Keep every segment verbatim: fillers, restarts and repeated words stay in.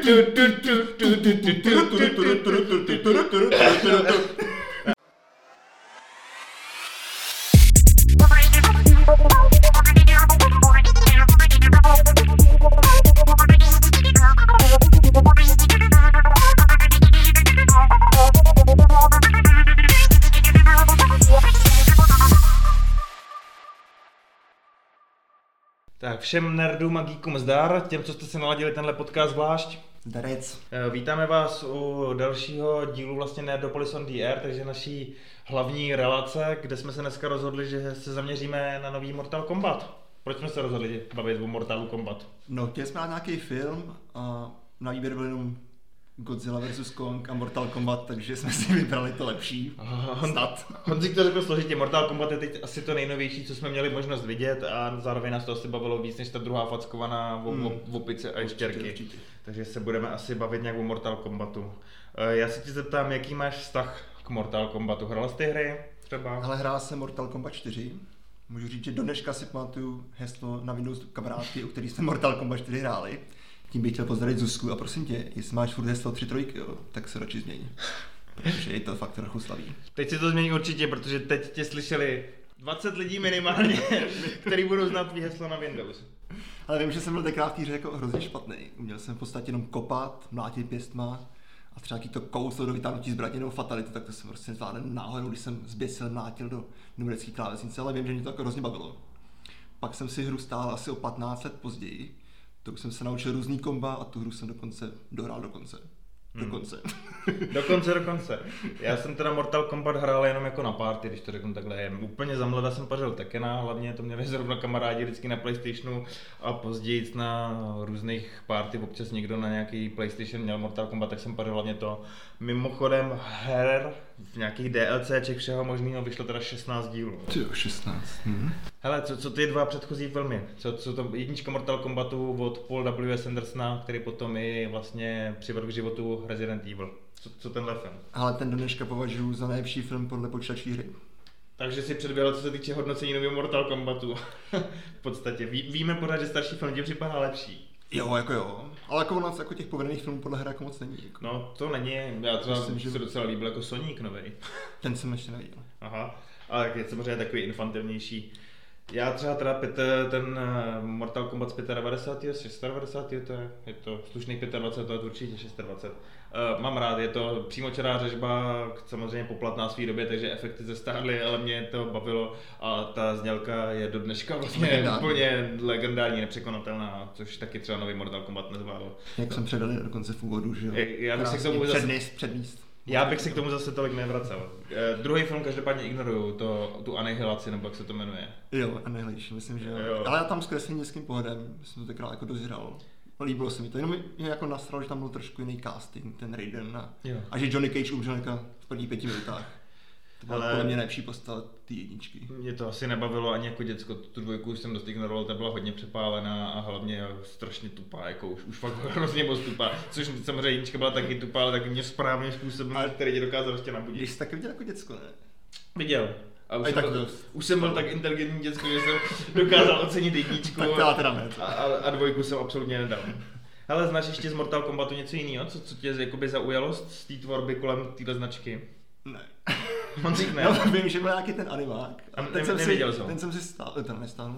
Tak všem nerdům a geekům zdar, těm, co jste si naladili tenhle podcast zvlášť. Darec. Vítáme vás u dalšího dílu vlastně Nerdopolis on the Air, takže naší hlavní relace, kde jsme se dneska rozhodli, že se zaměříme na nový Mortal Kombat. Proč jsme se rozhodli bavit o Mortalu Kombat? No, chtěli jsme dát nějaký film a na výběr byl jenom Godzilla versus. Kong a Mortal Kombat, takže jsme si vybrali to lepší. Snad. Honzik to řekl složitě, Mortal Kombat je teď asi to nejnovější, co jsme měli možnost vidět a zároveň nás to asi bavilo víc než ta druhá fackovaná v hmm. opice a ještěrky. Určitě, určitě. Takže se budeme asi bavit nějak o Mortal Kombatu. Já se ti zeptám, jaký máš vztah k Mortal Kombatu? Hrál jsi ty hry třeba? Ale hrál jsem Mortal Kombat čtyři. Můžu říct, že do dneška si pamatuju heslo na Windows kamarádky, o který jsme Mortal Kombat čtyři hráli. Tím bych chtěl pozdravit Zuzku a prosím tě, jestli máš furt heslo tři trojky, jo, tak se radši změní. Protože je to fakt trochu slaví. Teď si to změní určitě, protože teď tě slyšeli dvacet lidí minimálně, který budou znát tvý heslo na Windows. Ale vím, že jsem byl tenkrát v té hře jako hrozně špatný. Uměl jsem v podstatě jenom kopat, mlátit pěstma a třeba to kouslo do vytáhnutí zbraně nebo fatalitu, tak to jsem prostě zvládl náhodou, když jsem zběsil mlátil do numerické klávesnice, ale vím, že mě to jako hrozně bavilo. Pak jsem si hru stál asi o patnáct let později. To už jsem se naučil různý komba a tu hru jsem dokonce dohrál do konce. Do konce. Hmm. do konce, do konce. Já jsem teda Mortal Kombat hrál jenom jako na party, když to řeknu takhle. Jen úplně za mlada jsem pařil Tekena, hlavně to měli zrovna kamarádi vždycky na PlayStationu a později na různých party, občas někdo na nějaký PlayStation měl Mortal Kombat, tak jsem pařil hlavně to. Mimochodem her v nějakých DLCček všeho možného vyšlo teda šestnáct dílů. Jo, šestnáct. Hmm. Hele, co, co ty dva předchozí filmy? Co, co to jednička Mortal Kombatu od Paul W S. Andersona, který potom i vlastně přivedl k životu Resident Evil. Co, co tenhle film? Ale ten do dneška považuji za nejlepší film podle počítačové hry. Takže si předběhl, co se týče hodnocení nového Mortal Kombatu. V podstatě Ví, víme pořád, že starší film ti připadá lepší. Jo, jako jo. Ale jako u nás jako těch povedených filmů podle hry jako moc není. Jako. No to není, já třeba myslím, že se docela líbil jako Sonic novej. Ten jsem ještě neviděl. Aha, ale je samozřejmě takový infantilnější. Já třeba teda pět, ten Mortal Kombat z devadesátého pátého, devadesátého šestého, to je, je to slušných dvacet pět, to je to určitě dvacet šest. Uh, mám rád, je to přímočará řežba, samozřejmě poplatná svý době, takže efekty zestárly, ale mě to bavilo a ta znělka je do dneška vlastně legendární. Úplně legendární, nepřekonatelná, což taky třeba nový Mortal Kombat nezvládl. Jak jsem předali dokonce v úvodu, že jo? Já bych se k tomu zase... Předníst, předníst. Já bych se k tomu zase tolik nevracel. Eh, druhý film každopádně ignoruju, to, tu anihilaci, nebo jak se to jmenuje. Jo, Annihilation, myslím, že jo. jo. Ale já tam zkreslím dětským pohledem, jsem to tenkrát jako dozíral. Líbilo se mi to, jenom mě jako nasral, že tam byl trošku jiný casting, ten Raiden a, a že Johnny Cage umřel v prvních pěti minutách. To byla podle mě nejlepší postava té jedničky. Mě to asi nebavilo ani jako děcko, tu dvojku už jsem dost ignoroval, ta byla hodně přepálená a hlavně strašně tupá, jako už, už fakt hrozně moc tupá, což samozřejmě jednička byla taky tupá, ale taky mě správným způsobem, ale který tě dokázal ještě nabudit. Když jsi taky viděl jako děcko, ne? Viděl. A už, a jsem, tak byl, už jsem byl tak inteligentní děcko, že jsem dokázal ocenit jedničku a, a, a dvojku jsem absolutně nedal. Hele, znáš ještě z Mortal Kombatu něco jiného, co, co tě jakoby zaujalo z té tvorby kolem téhle značky? Ne. Honzík ne? Já vím, že byl nějaký ten animák. A ten, ne, jsem neviděl si, jsem. ten jsem si stál, ten nestál.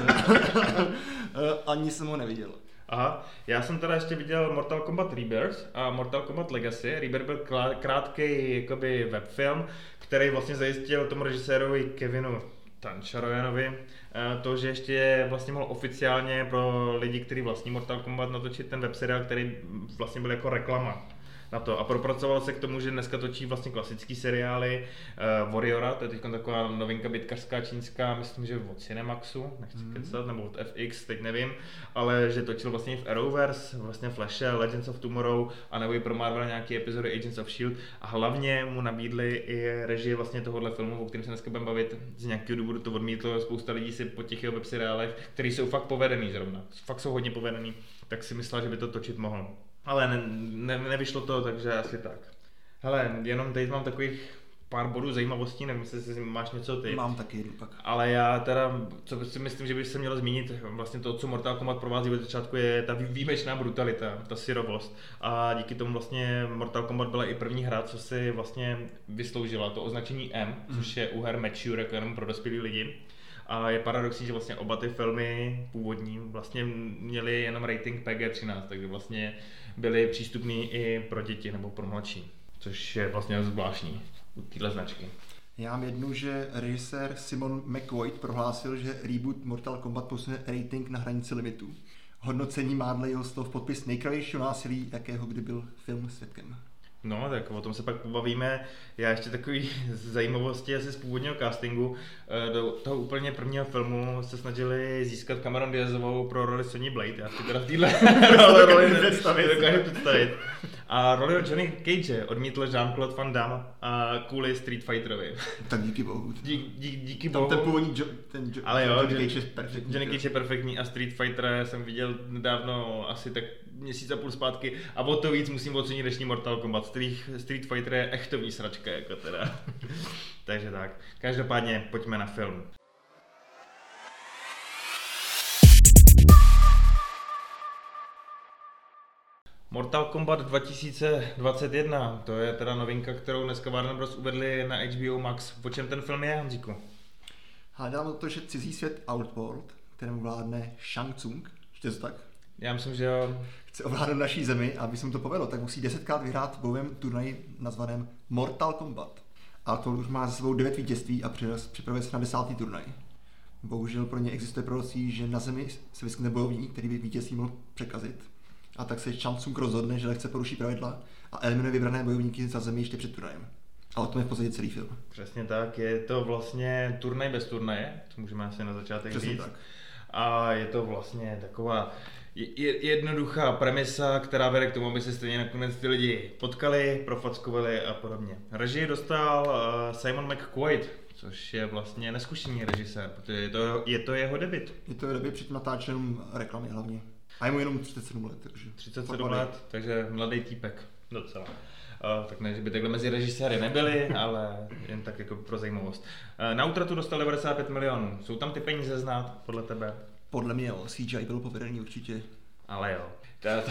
Ani jsem ho neviděl. Aha, já jsem teda ještě viděl Mortal Kombat Rebirth a Mortal Kombat Legacy. Rebirth byl krátký jakoby webfilm, který vlastně zajistil tomu režisérovi Kevinu Tancharoyanovi to, že ještě vlastně mohl oficiálně pro lidi, kteří vlastní Mortal Kombat, natočit ten webseriál, který vlastně byl jako reklama na to a propracoval se k tomu, že dneska točí vlastně klasický seriály uh, Warriora, to je teď taková novinka bitkařská čínská, myslím, že od Cinemaxu, nechci mm. kecat, nebo od F X, teď nevím, ale že točil vlastně v Arrowverse, vlastně Flashe, Legends of Tomorrow a nebo i pro Marvel nějaké epizody Agents of Shield a hlavně mu nabídli i režii vlastně tohohle filmu, o kterém se dneska budeme bavit, z nějakého důvodu to odmítlo, spousta lidí si po těch jeho webseriálech, který jsou fakt povedený zrovna, fakt jsou hodně povedený, tak si myslel, že by to točit mohl. Ale ne, ne, nevyšlo to, takže asi tak. Hele, jenom teď mám takových pár bodů zajímavostí, nevím, jestli máš něco ty. Mám taky jednu pak. Ale já teda, co si myslím, že by se mělo zmínit, vlastně to, co Mortal Kombat provází od začátku, je ta výjimečná brutalita, ta syrovost. A díky tomu vlastně Mortal Kombat byla i první hra, co si vlastně vysloužila to označení M, mm. což je u her mature, jako jenom pro dospělý lidi. A je paradoxní, že vlastně oba ty filmy původní vlastně měly jenom rating P G třináct, takže vlastně byly přístupný i pro děti nebo pro mladší, což je vlastně zvláštní u téhle značky. Já mám jednu, že režisér Simon McQuoid prohlásil, že reboot Mortal Kombat posune rating na hranici limitu. Hodnocení má dle jeho slov podpis nejkravějšího násilí, jakého kdy byl film svědkem. No, tak o tom se pak pobavíme. Já ještě takový zajímavosti asi z původního castingu. Do toho úplně prvního filmu se snažili získat Cameron Diazovou pro roli Sonya Blade. Já si teda v téhle roli nedokážu představit. A roli od Johnny Cage odmítl Jean-Claude Van Damme a kvůli Street Fighterovi. Tak díky bohu. Dí, dí, díky Tam bohu. ten původní jo, ten jo, Ale jo, Johnny Cage je perfektní. Johnny Cage je perfektní a Street Fighter jsem viděl nedávno, asi tak měsíc a půl zpátky, a o to víc musím ocenit dnešní Mortal Kombat. Street, Street Fighter je echtový sračka, jako teda. Takže tak. Každopádně pojďme na film. Mortal Kombat dva tisíce dvacet jedna, to je teda novinka, kterou dneska Warner Bros. Uvedli na H B O Max. O čem ten film je, Hanzíku? Hádám o to, že cizí svět Outworld, kterému vládne Shang Tsung, čte to tak? Já myslím, že jo. Chce ovládnout naší zemi a aby se mu to povedlo, tak musí desetkrát vyhrát bojovém turnaji nazvaném Mortal Kombat. Outworld už má za sebou devět vítězství a připravuje se na desátý turnaj. Bohužel pro ně existuje prorocí, že na zemi se vyskytne bojovník, který by vítězství mohl překazit. A tak se Shang Tsung rozhodne, že lehce poruší pravidla a eliminuje vybrané bojovníky za zemi ještě před turnajem. A o tom je v podstatě celý film. Přesně tak, je to vlastně turnaj bez turnaje, to můžeme asi na začátek Přesně říct. Tak. A je to vlastně taková jednoduchá premisa, která vede k tomu, aby se stejně nakonec ty lidi potkali, profackovali a podobně. Režii dostal Simon McQuoid, což je vlastně neskušený režisér, protože je to, je to jeho debut. Je to debut, předtím natáčel jenom reklamy hlavně. A je mu jenom třicet sedm let, takže... třicet sedm let, takže mladý týpek, docela. Uh, tak ne, že by takhle mezi režiséry nebyli, ale jen tak jako pro zajímavost. Uh, na útratu dostal devadesát pět milionů. Jsou tam ty peníze znát, podle tebe? Podle mě jo, C G I bylo povedený určitě. Ale jo. To, to...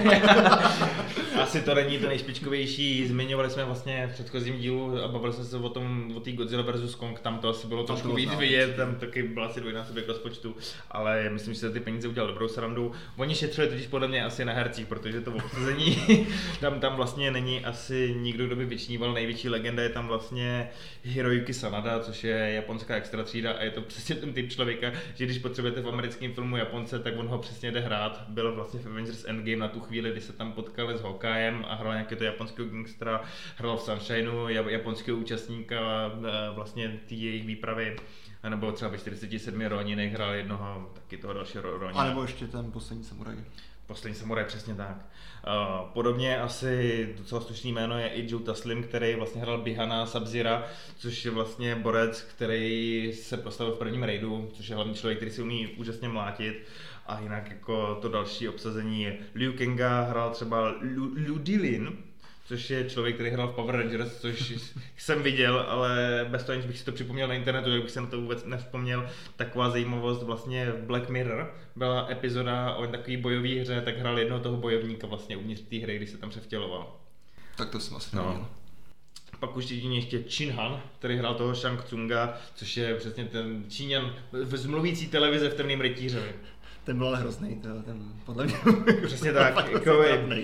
Asi to není to nejšpičkovější. Zmiňovali jsme vlastně v předchozím dílu a bavili jsme se o tom, o té Godzilla versus Kong, tam to asi bylo trošku víc vidět, tam taky byl asi dvojnásobek rozpočtu, ale myslím, že se ty peníze udělal dobrou srandu. Oni šetřili totiž podle mě asi na hercích, protože to obsazení, tam, tam vlastně není asi nikdo, kdo by vyčníval, největší legenda je tam vlastně Hiroyuki Sanada, což je japonská extra třída a je to přesně ten typ člověka, že když potřebujete v americkém filmu Japonce, tak on ho přesně jde hrát. Byl vlastně v Avengers Endgame na tu chvíli, kdy se tam potkali s Hawkejem a hrál nějakého japonského gangstera, hrál v Sunshinu, japonského účastníka vlastně té jejich výpravy, nebo třeba ve čtyřiceti sedmi Roninech hrál jednoho, taky toho dalšího Ronina. A nebo ještě ten poslední samuraj. Poslední samuraj, přesně tak. Uh, podobně asi docela slušný jméno je i Joe Taslim, který vlastně hrál Bihana Sub-Zera, což je vlastně borec, který se proslavil v prvním raidu, což je hlavní člověk, který si umí úžasně mlátit. A jinak jako to další obsazení je Liu Kanga, hrál třeba Lu, Lu Dilin, což je člověk, který hrál v Power Rangers, což jsem viděl, ale bez toho, aniž bych si to připomněl na internetu, jak bych se na to vůbec nevzpomněl. Taková zajímavost, vlastně v Black Mirror byla epizoda o takový bojový hře, tak hrál jednoho toho bojovníka vlastně uvnitř té hry, když se tam převtěloval. Tak to jsem asi no. nevěděl. Pak už jedině ještě Chin Han, který hrál toho Shang Tsunga, což je přesně ten Číňan z mluvící televize v Temném rytířovi. Ten byl ale hrozný, ten podle mě. Přesně tak, jako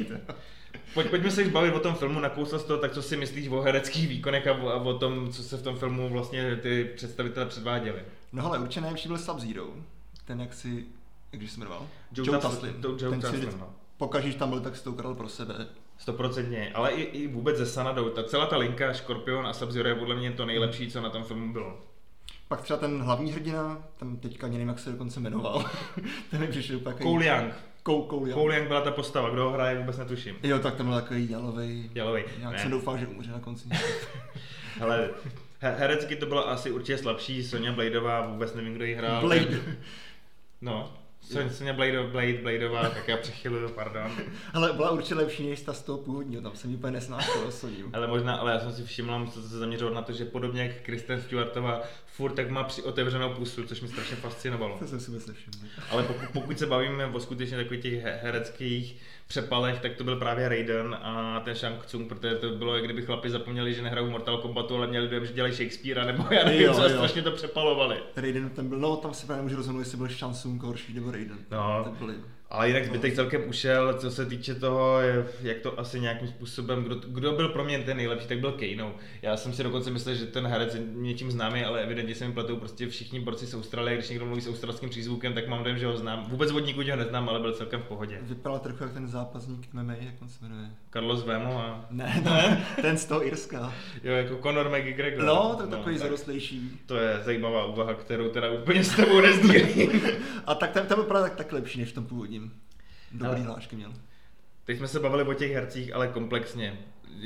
Pojď, pojďme se bavit o tom filmu, nakousl z toho, tak co si myslíš o hereckých výkonech a o, a o tom, co se v tom filmu vlastně ty představitelé předváděli? No ale určitě nejlepší byl Sub-Zero, ten jak si, jak když se jmenoval? Joe, Joe Taslim. Joe ten Taslim, si, no. Pokaždé, když tam byl, tak si to ukradl pro sebe. Stoprocentně, ale i, i vůbec ze Sanadou, ta celá ta linka Scorpion a Sub-Zero je podle mě to nejlepší, co na tom filmu bylo. Pak třeba ten hlavní hrdina, tam teďka nevím, jak se dokonce jmenoval, ten mi přišel úplně takový... Cole Young. Cole, Cole Young. Cole Young byla ta postava, kdo ho hraje, vůbec netuším. Jo, tak ten byl takový jalovej. Jalovej. Já jsem doufal, že umře na konci. Hele, herecky to bylo asi určitě slabší, Sonya Bladeová, vůbec nevím, kdo ji hrál. Blade. No, Jsem Blade, Blade, Bladeová, tak já přechyluju, pardon. Ale byla určitě lepší než ta z toho původního, tam jsem úplně nesnášel osobním. Ale možná, ale já jsem si všiml, musel se zaměřovat na to, že podobně jak Kristen Stewartová furt tak má při otevřenou pusu, což mi strašně fascinovalo. To jsem si vůbec nevšiml. Ale pokud, pokud se bavíme o skutečně takových těch hereckých přepalech, tak to byl právě Raiden a ten Shang Tsung, protože to bylo, jak kdyby chlapi zapomněli, že nehrajou Mortal Kombatu, ale měli dojem, že dělají Shakespearea, nebo já nevím, co, strašně to přepalovali. Raiden ten byl, no tam se právě nemůžu rozhodnout, jestli byl Shang Tsung horší nebo Raiden. No. Ale jinak zbytek celkem ušel, co se týče toho, jak to asi nějakým způsobem, kdo, kdo byl pro mě ten nejlepší, tak byl Kano. Já jsem si dokonce myslel, že ten herec je něčím známý, ale evidentně se mi pletou prostě všichni borci z Austrálie, když někdo mluví s australským přízvukem, tak mám dojem, že ho znám. Vůbec od nikoho ho neznám, ale byl celkem v pohodě. Vypadal trochu jak ten zápasník M M A, jak on se jmenuje. Carlos Vemo a... Ne, ne, ten z toho Irska. Jo, jako Conor McGregor. No, to je takový no, zarostlejší. To je zajímavá úvaha, kterou teda úplně s tebou nezdílím. A tak ten, ten vypadal tak, tak lepší než v tom původním. Dobrý hlášky měl. Teď jsme se bavili o těch hercích, ale komplexně.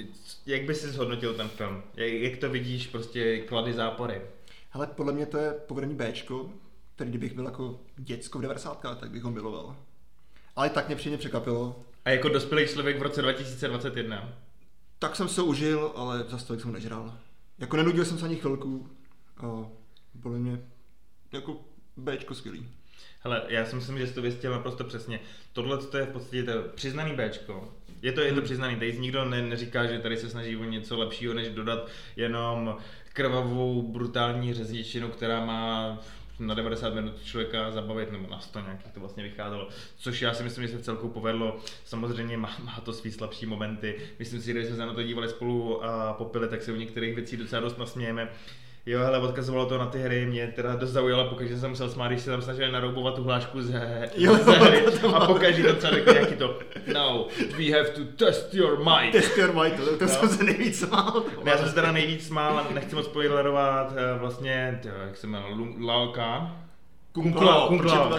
Jak bys si zhodnotil ten film? Jak, jak to vidíš, prostě klady zápory? Hele, podle mě to je povedený Bčko, který kdybych byl jako děcko v devadesátkách, tak bych ho miloval. Ale tak mě příjemně překvapilo. A jako dospělý člověk v roce dva tisíce dvacet jedna? Tak jsem se užil, ale za tolik jsem nežral. Jako nenudil jsem se ani chvilku. A podle mě jako Bčko skvělý. Hele, já si myslím, že jsi to vystěl naprosto přesně. Tohle to je v podstatě to přiznaný Bčko. Je to, je to přiznaný, tady nikdo ne, neříká, že tady se snaží o něco lepšího, než dodat jenom krvavou, brutální řezničinu, která má na devadesát minut člověka zabavit, nebo na sto nějak, jak to vlastně vycházelo. Což já si myslím, že se v celku povedlo. Samozřejmě má, má to svý slabší momenty. Myslím si, že když jsme se na to dívali spolu a popili, tak se u některých věcí docela dost nasmějeme. Jo, hele, odkazovalo to na ty hry, mě teda dost zaujala, pokaždé jsem musel smát, když se tam snažili naroubovat tu hlášku ze, jo, ze hry a pokaždé to třeba řekl nějaký to now we have to test your might. Test your might, to, to no. jsem se nejvíc smál. Já jsem se teda nejvíc smál, nechci moc spoilerovat, vlastně, tyjo, jak se jmenuje, Lao Kahn. Kung Lao, Kung Lao.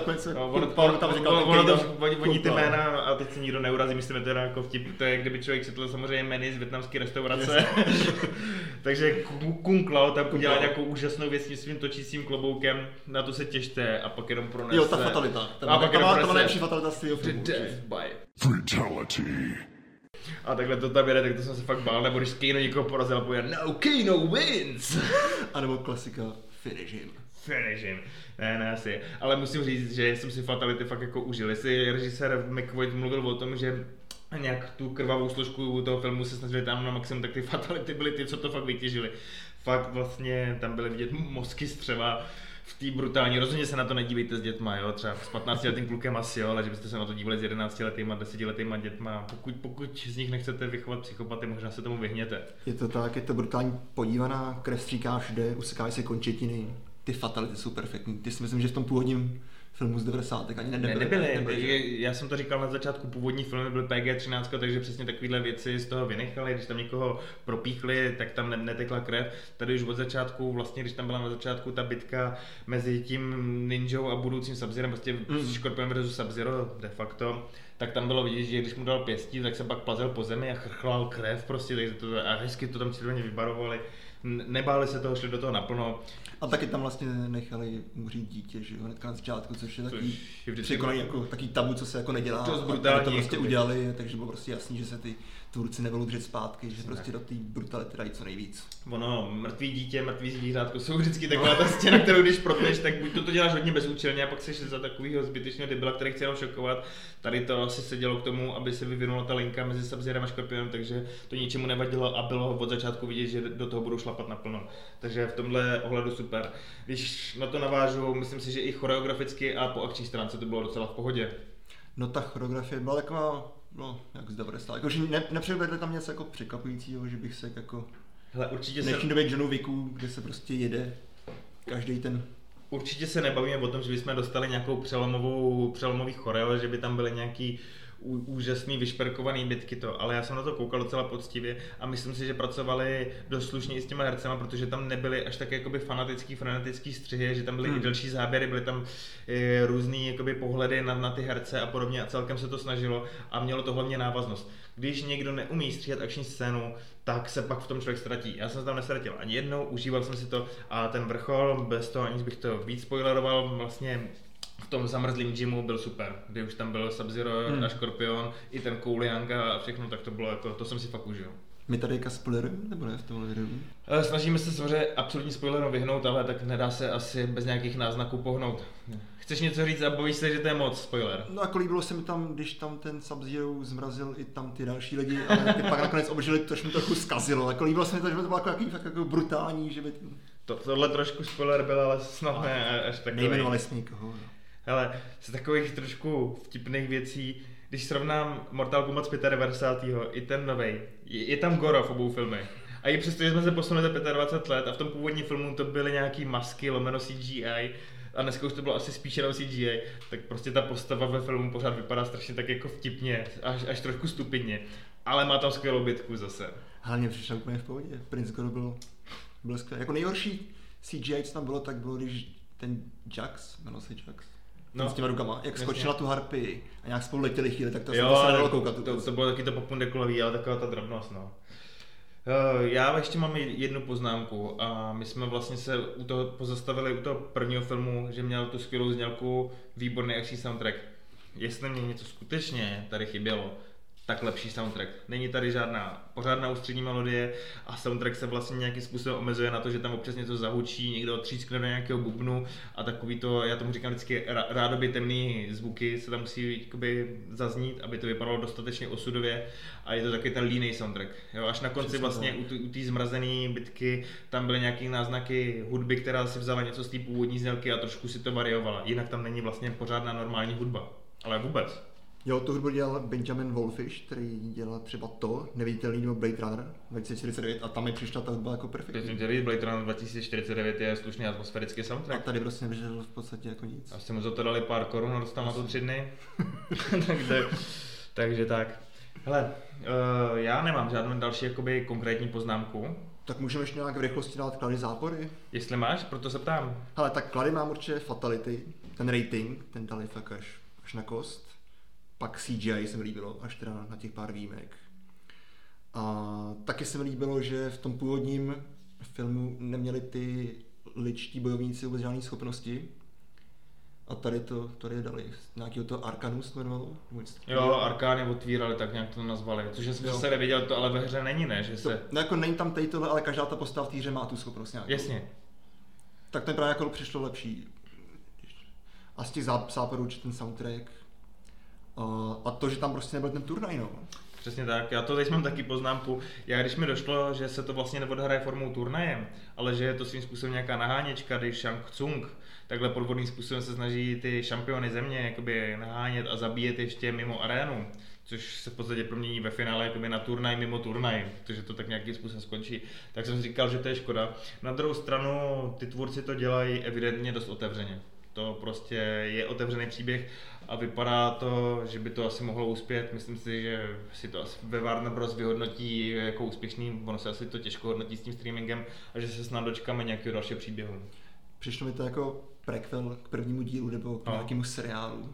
Oni ty jména, a teď se nikdo neurazí, myslím, teda jako vtip, to je, kdyby člověk četl samozřejmě menu z vietnamské restaurace. Takže Kung Lao tam udělá nějakou úžasnou věc s svým točícím kloboukem, na to se těšte a pak jenom pronese. Jo, ta fatalita. A pak jenom pronese. To má nejlepší fatalita z tvýho filmu. Fatality. A takhle to tam jede, tak to jsem se fakt bál, nebo když Kano někoho porazil a pověděl, no, Kano wins! A nebo klasika, finish him. Finish him. Ne, ne, asi. Ale musím říct, že jsem si fatality fakt jako užil. Jestli režisér McVoy mluvil o tom, že nějak tu krvavou složku toho filmu se snažili tam na maximum, tak ty fatality byly ty, co to fakt vytěžili. Fakt vlastně tam byly vidět mozky střeva v té brutální, rozhodně se na to nedívejte s dětma, jo, třeba s patnáctiletým klukem asi jo, ale že byste se na to dívali s jedenáctiletýma, desetiletýma dětma, pokud, pokud z nich nechcete vychovat psychopaty, možná se tomu vyhněte. Je to tak, je to brutální podívaná, krev stříká všude, usekávají se končetiny. Ty fatality jsou perfektní. Ty si myslím, že v tom původním filmu z devadesátek ani nebyly. Ne, nebyly. nebyly já jsem to říkal na začátku, původní filmy byly P G třináct, takže přesně takovéhle věci z toho vynechali. Když tam někoho propíchli, tak tam netekla krev. Tady už od začátku, vlastně když tam byla na začátku ta bitka mezi tím ninjou a budoucím Sub-Zerem, prostě mm. Scorpion versus Sub-Zero de facto, tak tam bylo vidět, že když mu dal pěstí, tak se pak plazel po zemi a chrchlal krev prostě, takže to, a hezky to tam červeně vybarovali. Nebáli se toho, šli do toho naplno. A taky tam vlastně nechali umřít dítě, že jo, hnedka na začátku, což je taky překonaný jako taký tabu, co se jako nedělá. To, a to prostě jako udělali, takže bylo prostě jasný, že se ty tvůrci nebudou držet zpátky, že prostě do té brutality dají co nejvíc. Ono, mrtvý dítě, mrtvý zvířátko jsou vždycky taková ta stěna, kterou když protneš, tak buď to, to děláš hodně bezúčelně a pak seš za takovýho zbytečného debila, který chce jenom šokovat. Tady to asi se dělo k tomu, aby se vyvinula ta linka mezi Sub-Zerem a Scorpionem, takže to ničemu nevadilo a bylo od začátku vidět, že do toho budou šlapat naplno. Takže v tomhle ohledu super. Když na to navážu, myslím si, že i choreograficky a po akční stránce to bylo docela v pohodě. No ta choreografie byla taková, no, jak z devadesát. Jakože ne, nepřivedli tam něco jako překvapujícího, že bych se jako... Hele, určitě v dnešní se... době k Johnu Wicku, kde se prostě jede každý ten... Určitě se nebavíme o tom, že bychom dostali nějakou přelomovou, přelomový choreo, že by tam byly nějaký úžasný, vyšperkovaný bitky to, ale já jsem na to koukal docela poctivě a myslím si, že pracovali dost slušně i s těma hercema, protože tam nebyly až tak jakoby fanatický, frenetický střihy, že tam byly hmm. i delší záběry, byly tam e, různý jakoby pohledy na, na ty herce a podobně a celkem se to snažilo a mělo to hlavně návaznost. Když někdo neumí stříhat akční scénu, tak se pak v tom člověk ztratí. Já jsem se tam nestratil ani jednou, užíval jsem si to a ten vrchol, bez toho aniž bych to víc spoileroval, vlastně v tom zamrzlým gymu byl super, kdy už tam byl Sub-Zero hmm. a Scorpion, i ten Cole Young a všechno, tak to bylo jako, to jsem si fakt užil. My tady jaka spoilery, nebo ne v tomhle videu? Snažíme se samozřejmě absolutní spoilerom vyhnout, ale tak nedá se asi bez nějakých náznaků pohnout. Chceš něco říct a bojíš se, že to je moc spoiler? No jako líbilo se mi tam, když tam ten Sub-Zero zmrazil i tam ty další lidi, ale ty pak nakonec obžili, tož mi trochu zkazilo. Jako líbilo se mi to, že to bylo jako, jaký, fakt jako brutální, že by... To, tohle trošku spoiler byl, ale snad ne až takový. Nejmenovali jsme nikoho. Hele, z takových trošku vtipných věcí, když srovnám Mortal Kombat z devadesátého pátého i ten novej, je, je tam Goro v obou filmech. A i přesto, že jsme se posunuli za dvacet pět let a v tom původním filmu to byly nějaký masky, lomeno C G I, a dneska už to bylo asi spíš jenom C G I, tak prostě ta postava ve filmu pořád vypadá strašně tak jako vtipně, až, až trošku stupidně. Ale má tam skvělou bitku zase. Hlavně přišel úplně v pohodě. Prince Goro byl, byl skvělý. Jako nejhorší C G I, co tam bylo, tak bylo, když ten Jax, jmenuje se Jax, no, s těma rukama, jak skočila tu harpy a nějak spolu letěli chvíli, tak to jo, se nedalo koukat. To, to bylo taky to popundekulový, ale taková ta drobnost, no. Já ještě mám jednu poznámku a my jsme vlastně se u toho pozastavili u toho prvního filmu, že měl tu skvělou znělku, výborný akční soundtrack. Jestli mě něco skutečně tady chybělo, tak lepší soundtrack. Není tady žádná pořádná ústřední melodie a soundtrack se vlastně nějakým způsobem omezuje na to, že tam občas něco zahučí, někdo třískne do nějakého bubnu a takový to, já tomu říkám vždycky, rádoby temný zvuky se tam musí jakoby zaznít, aby to vypadalo dostatečně osudově a je to takový ten línej soundtrack. Jo, až na konci vlastně u té zmrazené bitky tam byly nějaké náznaky hudby, která si vzala něco z té původní znělky a trošku si to variovala. Jinak tam není vlastně pořádná normální hudba, ale vůbec. Jo, tu hudbu dělal Benjamin Wolfish, který dělal třeba to, Neviditelný nebo Blade Runner dva tisíce čtyřicet devět a tam mi přišla ta hudba jako perfektní. Blade Runner dva tisíce čtyřicet devět je slušný atmosférický soundtrack. A tady prostě nevydržel v podstatě jako nic. Asi mu za to dali pár korun a dostal na to tři dny. takže, takže tak. Hele, uh, já nemám žádnou další jakoby konkrétní poznámku. Tak můžeme ještě nějak v rychlosti dát klady zápory? Jestli máš, proto se ptám. Hele, tak klady mám určitě Fatality, ten rating, ten dali fakt až, až na kost. Pak C G I se mi líbilo, až teda na těch pár výjimek. A taky se mi líbilo, že v tom původním filmu neměli ty lidští bojovníci vůbec žádné schopnosti. A tady to tady dali. Nějakého to Arcanus to jmenovalo? Jo, Arkány otvírali, tak nějak to nazvali. Což jsem zase nevěděl, to ale ve hře není, ne? Že se... to, no jako není tam tady tohle, ale každá ta postava v té hře má tu schopnost nějakou. Jasně. Tak to mi právě jako přišlo lepší. A z těch západů určitě ten soundtrack. A to, že tam prostě nebyl ten turnaj, no. Přesně tak, já to teď mám taky poznámku. Já když mi došlo, že se to vlastně neodhraje formou turnajem, ale že je to svým způsobem nějaká naháněčka, když Shang Tsung takhle podvodným způsobem se snaží ty šampiony země jakoby nahánět a zabíjet ještě mimo arénu, což se v podstatě promění ve finále jakoby na turnaj mimo turnaj, protože to tak nějakým způsobem skončí, tak jsem si říkal, že to je škoda. Na druhou stranu ty tvůrci to dělají evidentně dost otevřeně. To prostě je otevřený příběh a vypadá to, že by to asi mohlo uspět. Myslím si, že si to asi ve Warner Bros. Vyhodnotí jako úspěšný, ono se asi to těžko hodnotí s tím streamingem a že se snad dočkáme nějakého dalšího příběhu. Přišlo mi to jako prequel k prvnímu dílu nebo k no. nějakému seriálu.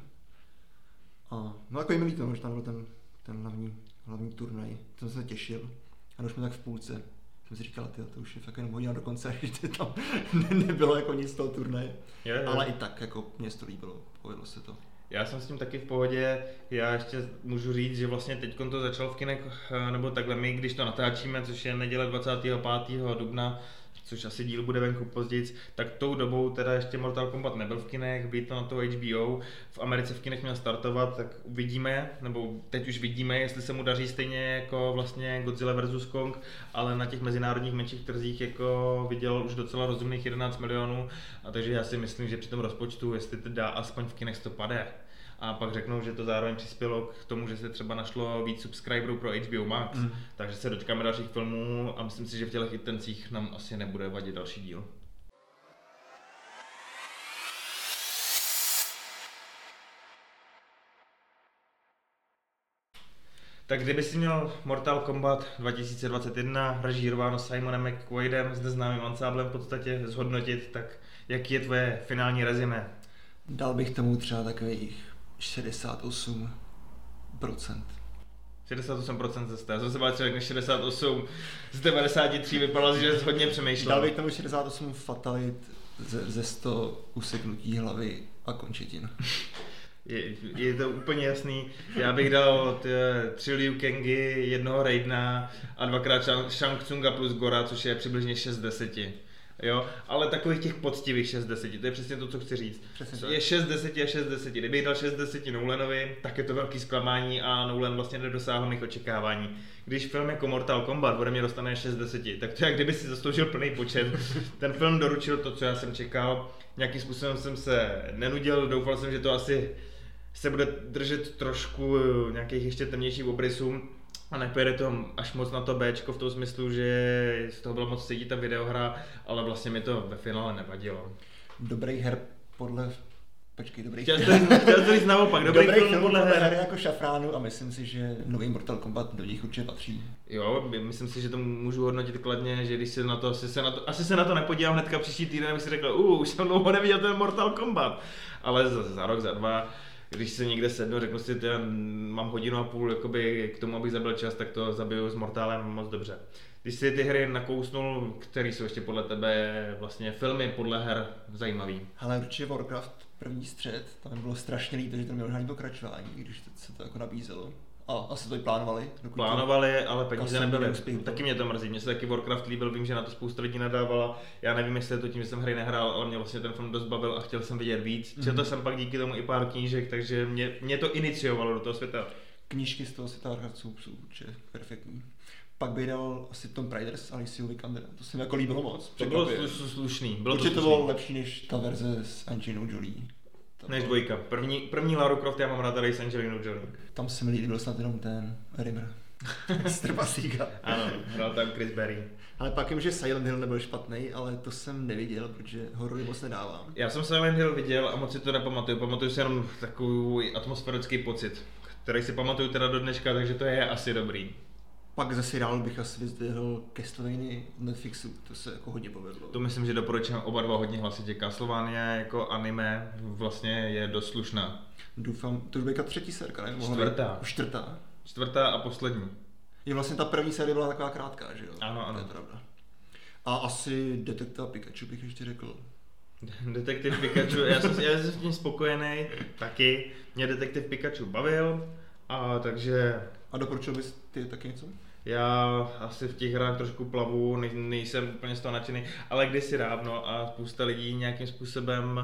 A, no jako je mi líto, že tam byl ten, ten hlavní, hlavní turnaj, to jsem se těšil. A už jsme tak v půlce. Jsem si říkal, tyjo, to už je fakt jenom hodina do konce, že tam ne, nebylo jako nic z toho turnaje. Je, je. Ale i tak jako mě to líbilo, povedlo se to. Já jsem s tím taky v pohodě, já ještě můžu říct, že vlastně teď to začalo v kinech, nebo takhle my, když to natáčíme, což je neděle dvacátého pátého dubna, což asi díl bude venku později, tak tou dobou teda ještě Mortal Kombat nebyl v kinech, byl to na to H B O, v Americe v kinech měl startovat, tak uvidíme, nebo teď už vidíme, jestli se mu daří stejně jako vlastně Godzilla versus. Kong, ale na těch mezinárodních menších trzích jako viděl už docela rozumných jedenáct milionů, a takže já si myslím, že při tom rozpočtu, jestli to dá aspoň v kinech to pade. A pak řeknou, že to zároveň přispělo k tomu, že se třeba našlo víc subscriberů pro H B O Max, mm. takže se dočkáme dalších filmů a myslím si, že v těch intencích nám asi nebude vadit další díl. Tak kdyby si měl Mortal Kombat dva tisíce dvacet jedna režírováno Simonem McQuaidem s neznámým ansáblem v podstatě zhodnotit, tak jaký je tvoje finální rezime? Dal bych tomu třeba takových šedesát osm procent. šedesát osm procent zase, já jsem se bál, že řekne šedesát osm z devadesát tři, vypadalo, že jsi hodně přemýšlel. Dal bych tomu šedesát osm fatalit ze, ze sto useknutí hlavy a končetin. Je, je to úplně jasný. Já bych dal ty, tři Liu Kangy, jednoho Raidena a dvakrát Shang Tsunga plus Gora, což je přibližně šest z deseti. Jo, ale takových těch poctivých šest z deseti, to je přesně to, co chci říct. Přesně je šest z deseti a šest z deseti. Kdybych dal šest z deseti Nolanovi, tak je to velký zklamání a Nolan vlastně nedosáhl mých očekávání. Když film jako Mortal Kombat ode mě dostane šest z deseti, tak to je jak kdyby si zasloužil plný počet. Ten film doručil to, co já jsem čekal. Nějakým způsobem jsem se nenudil, doufal jsem, že to asi se bude držet trošku nějakých ještě temnějších obrysů. A nepojede to až moc na to Bčko v tom smyslu, že z toho bylo moc cítit ta videohra, ale vlastně mi to ve finále nevadilo. Dobrý her podle... Počkej, dobrý Chtěl jsi to říct naopak, dobrý, dobrý film, film podle her. her jako šafránu a myslím si, že nový Mortal Kombat do nich určitě patří. Jo, myslím si, že to můžu hodnotit kladně, že když se na to, asi se na to, asi se na to nepodívám hnedka příští týden, abych si řekl, uh, už jsem dlouho neviděl ten Mortal Kombat, ale za, za rok, za dva, když se někde sednu, řeknu si, že mám hodinu a půl jakoby, k tomu, abych zabil čas, tak to zabiju s Mortalem moc dobře. Když si ty hry nakousnul, které jsou ještě podle tebe vlastně filmy podle her zajímavý? Ale určitě Warcraft první střed, tam bylo strašně líto, že to nemělo žádný pokračování, když se to jako nabízelo. A asi to i plánovali. Plánovali, ale peníze nebyly. Taky mě to mrzí, mně se taky Warcraft líbil, vím, že na to spousta lidí nadávala. Já nevím, jestli je to tím, že jsem hry nehrál, ale mě vlastně ten film dost bavil a chtěl jsem vidět víc. Mm-hmm. Četl jsem pak díky tomu i pár knížek, takže mě, mě to iniciovalo do toho světa. Knížky z toho světa Warcraftu jsou určitě perfektní. Pak bych dal asi Tomb Raider s Aliciou Vikander, to se mi jako líbilo moc. To bylo slušný. Bylo určitě to, to bylo lepší než ta verze s Angelinou Jolie. To než dvojka. První, první Lara Croft já mám rád tady s Angelinou Jolie. Tam se mi líbil snad jenom ten Rimmer. Z Trpaslíka. Ano, hrál tam Chris Berry. Ale pak jim, že Silent Hill nebyl špatný, ale to jsem neviděl, protože horory moc nedávám. Já jsem Silent Hill viděl a moc si to nepamatuju. Pamatuju si jenom takový atmosférický pocit, který si pamatuju teda do dneška, takže to je asi dobrý. Pak ze seriálu bych asi vyzdvihl Castlevania Netflixu, to se jako hodně povedlo. To myslím, že doporučujeme oba dva hodně hlasitě. Castlevania jako anime vlastně je dost slušná. Doufám, to už byla třetí sérka, ne? Čtvrtá. Už čtvrtá. Čtvrtá a poslední. Je vlastně ta první série byla taková krátká, že jo? Ano, ano. To je pravda. A asi Detektiva Pikachu bych ještě řekl. Detektiv Pikachu, já jsem, já jsem s tím spokojený, taky. Mě Detektiv Pikachu bavil, a takže... A doporučil bys ty taky něco? Já asi v těch hrách trošku plavu, ne, nejsem úplně z toho nadšený, ale kdysi dávno a spousta lidí nějakým způsobem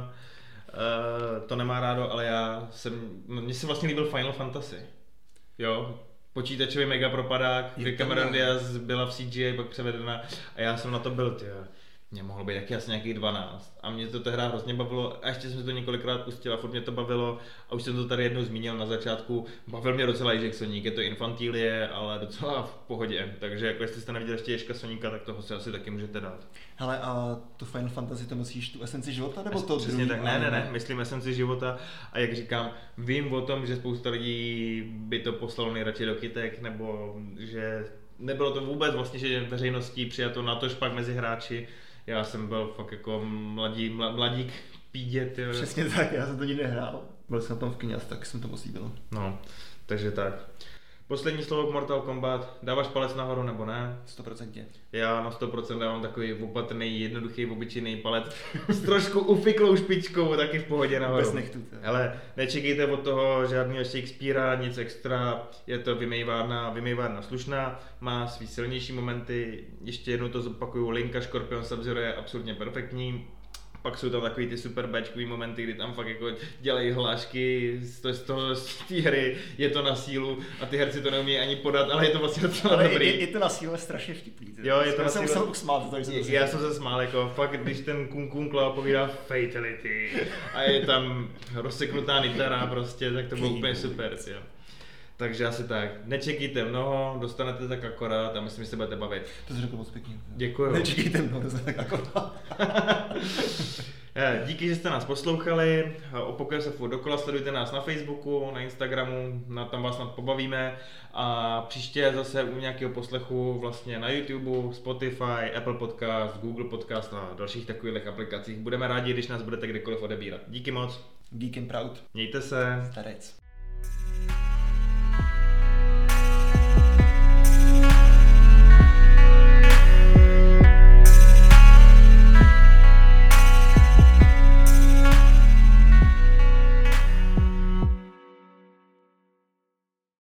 uh, to nemá rádo, ale já jsem, mně se vlastně líbil Final Fantasy. Jo, počítačový mega propadák, kdy Cameron Diaz byla v C G I, pak převedena a já jsem na to byl, tyjo. Mě mohlo být taky asi nějakých dvanáct a mě to tehdy hrozně bavilo a ještě jsem si to několikrát pustil a furt mě to bavilo a už jsem to tady jednou zmínil na začátku, bavil mě docela Ježek Soník, je to infantílie, ale docela v pohodě, takže jako jestli jste neviděli ještě Ježka Soníka, tak toho si asi taky můžete dát. Hele, a to Final Fantasy, to myslíš tu esenci života nebo to přesně tak, ne, ne, ne, myslím esenci života a jak říkám, vím o tom, že spousta lidí by to poslalo nejradši do kytek, nebo že nebylo to vůbec vlastně, že veřejností přijato natož pak mezi hráči. Já jsem byl fakt jako mladí, mladík pídět. Přesně tak, já jsem to nikdy nehrál. Byl jsem tam v kyně, tak jsem to moc líbil. No, takže tak. Poslední slovo k Mortal Kombat. Dáváš palec nahoru nebo ne? sto procent. Já na sto procent dávám takový opatrný, jednoduchý, obyčejný palec s trošku ufiklou špičkou, taky v pohodě nahoru. Bez nechtů. Ale nečekejte od toho žádného Shakespearea, nic extra, je to vymývárna, vymývárna slušná, má svý silnější momenty, ještě jednou to zopakuju, Linka Scorpion Sub-Zero je absolutně perfektní. Pak jsou tam takový ty super béčkový momenty, kdy tam fakt jako dělají hlášky z toho, z toho, z té hry, je to na sílu a ty herci to neumějí ani podat, ale je to vlastně docela ale dobrý. Je, je to na sílu strašně vtipný. Jo, je to já na jsem musel usmát. To jsem já jsem se smál, jako fakt, když ten Kung Kung Lao povídá fatality a je tam rozseknutá nitara prostě, tak to bylo úplně super. Jo. Takže asi tak. Nečekejte mnoho, dostanete tak akorát a myslím, že se budete bavit. To jsi řekl moc pěkně. Děkuju. Nečekejte mnoho, dostanete tak akorát. Díky, že jste nás poslouchali. Opakujeme se furt dokola, sledujte nás na Facebooku, na Instagramu, na, tam vás snad pobavíme. A příště zase u nějakého poslechu vlastně na YouTube, Spotify, Apple Podcast, Google Podcast a dalších takových aplikacích. Budeme rádi, když nás budete kdekoliv odebírat. Díky moc. Geek and proud. Mějte se. Starec.